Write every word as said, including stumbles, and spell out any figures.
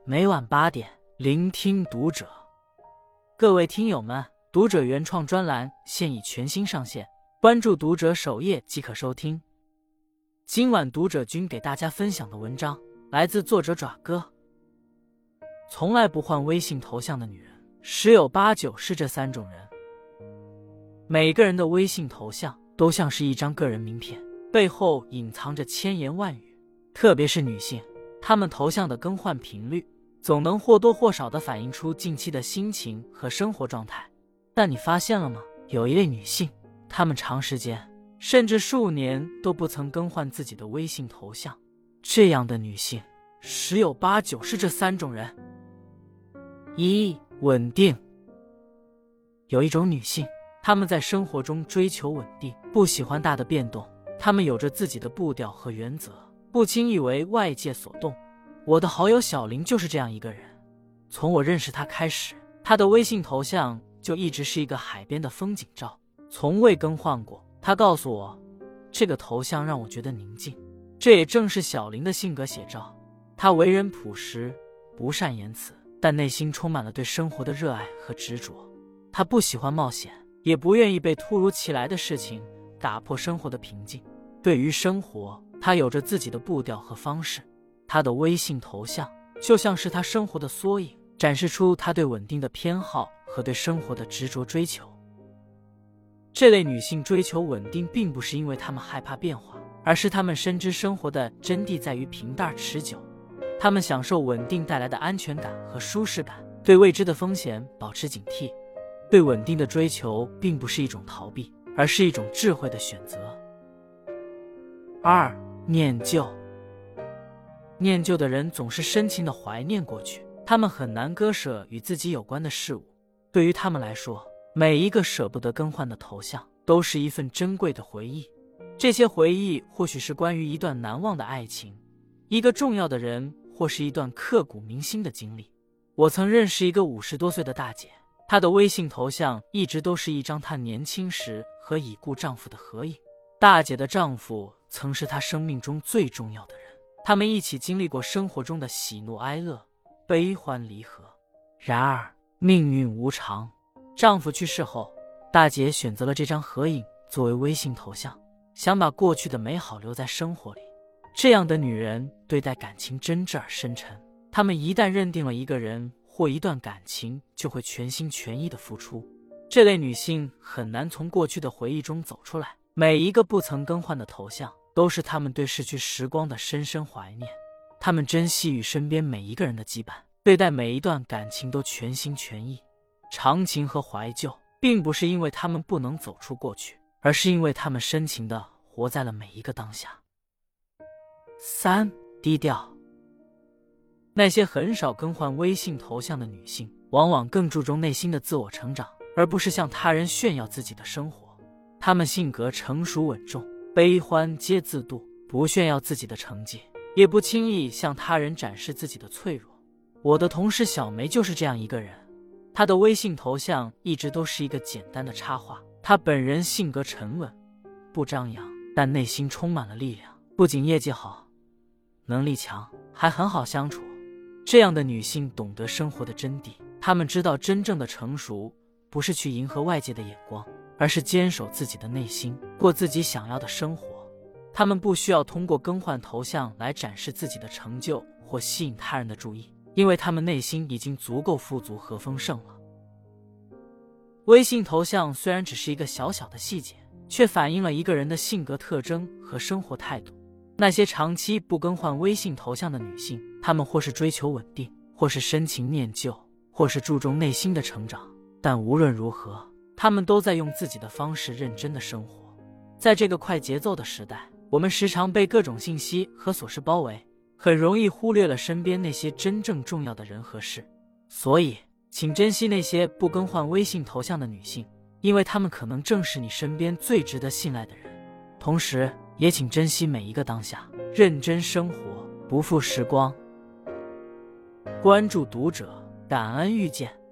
每晚八点，聆听读者。各位听友们，读者原创专栏现已全新上线，关注读者首页即可收听。今晚读者君给大家分享的文章来自作者爪哥。从来不换微信头像的女人，十有八九是这三种人。每个人的微信头像都像是一张个人名片，背后隐藏着千言万语。特别是女性，她们头像的更换频率总能或多或少地反映出近期的心情和生活状态。但你发现了吗？有一类女性，她们长时间甚至数年都不曾更换自己的微信头像。这样的女性十有八九是这三种人。一、稳定。有一种女性，她们在生活中追求稳定，不喜欢大的变动，她们有着自己的步调和原则，不轻易为外界所动。我的好友小林就是这样一个人。从我认识他开始，他的微信头像就一直是一个海边的风景照，从未更换过。他告诉我，这个头像让我觉得宁静。这也正是小林的性格写照。他为人朴实，不善言辞，但内心充满了对生活的热爱和执着。他不喜欢冒险，也不愿意被突如其来的事情打破生活的平静。对于生活，他有着自己的步调和方式。他的微信头像就像是他生活的缩影，展示出他对稳定的偏好和对生活的执着追求。这类女性追求稳定，并不是因为她们害怕变化，而是她们深知生活的真谛在于平淡持久。她们享受稳定带来的安全感和舒适感，对未知的风险保持警惕。对稳定的追求并不是一种逃避，而是一种智慧的选择。二、念旧。念旧的人总是深情地怀念过去，他们很难割舍与自己有关的事物。对于他们来说，每一个舍不得更换的头像都是一份珍贵的回忆。这些回忆或许是关于一段难忘的爱情，一个重要的人，或是一段刻骨铭心的经历。我曾认识一个五十多岁的大姐，她的微信头像一直都是一张她年轻时和已故丈夫的合影。大姐的丈夫曾是她生命中最重要的人，他们一起经历过生活中的喜怒哀乐、悲欢离合。然而命运无常，丈夫去世后，大姐选择了这张合影作为微信头像，想把过去的美好留在生活里。这样的女人对待感情真挚而深沉，她们一旦认定了一个人或一段感情，就会全心全意地付出。这类女性很难从过去的回忆中走出来，每一个不曾更换的头像都是他们对逝去时光的深深怀念。他们珍惜与身边每一个人的羁绊，对待每一段感情都全心全意。长情和怀旧并不是因为他们不能走出过去，而是因为他们深情地活在了每一个当下。三、低调。那些很少更换微信头像的女性，往往更注重内心的自我成长，而不是向他人炫耀自己的生活。她们性格成熟稳重，悲欢皆自度，不炫耀自己的成绩，也不轻易向他人展示自己的脆弱。我的同事小梅就是这样一个人，她的微信头像一直都是一个简单的插画。她本人性格沉稳，不张扬，但内心充满了力量。不仅业绩好，能力强，还很好相处。这样的女性懂得生活的真谛，她们知道真正的成熟不是去迎合外界的眼光，而是坚守自己的内心，过自己想要的生活。他们不需要通过更换头像来展示自己的成就或吸引他人的注意，因为他们内心已经足够富足和丰盛了。微信头像虽然只是一个小小的细节，却反映了一个人的性格特征和生活态度。那些长期不更换微信头像的女性，她们或是追求稳定，或是深情念旧，或是注重内心的成长。但无论如何，她们都在用自己的方式认真的生活。在这个快节奏的时代，我们时常被各种信息和琐事包围，很容易忽略了身边那些真正重要的人和事。所以，请珍惜那些不更换微信头像的女性，因为她们可能正是你身边最值得信赖的人。同时，也请珍惜每一个当下，认真生活，不负时光。关注读者，感恩遇见。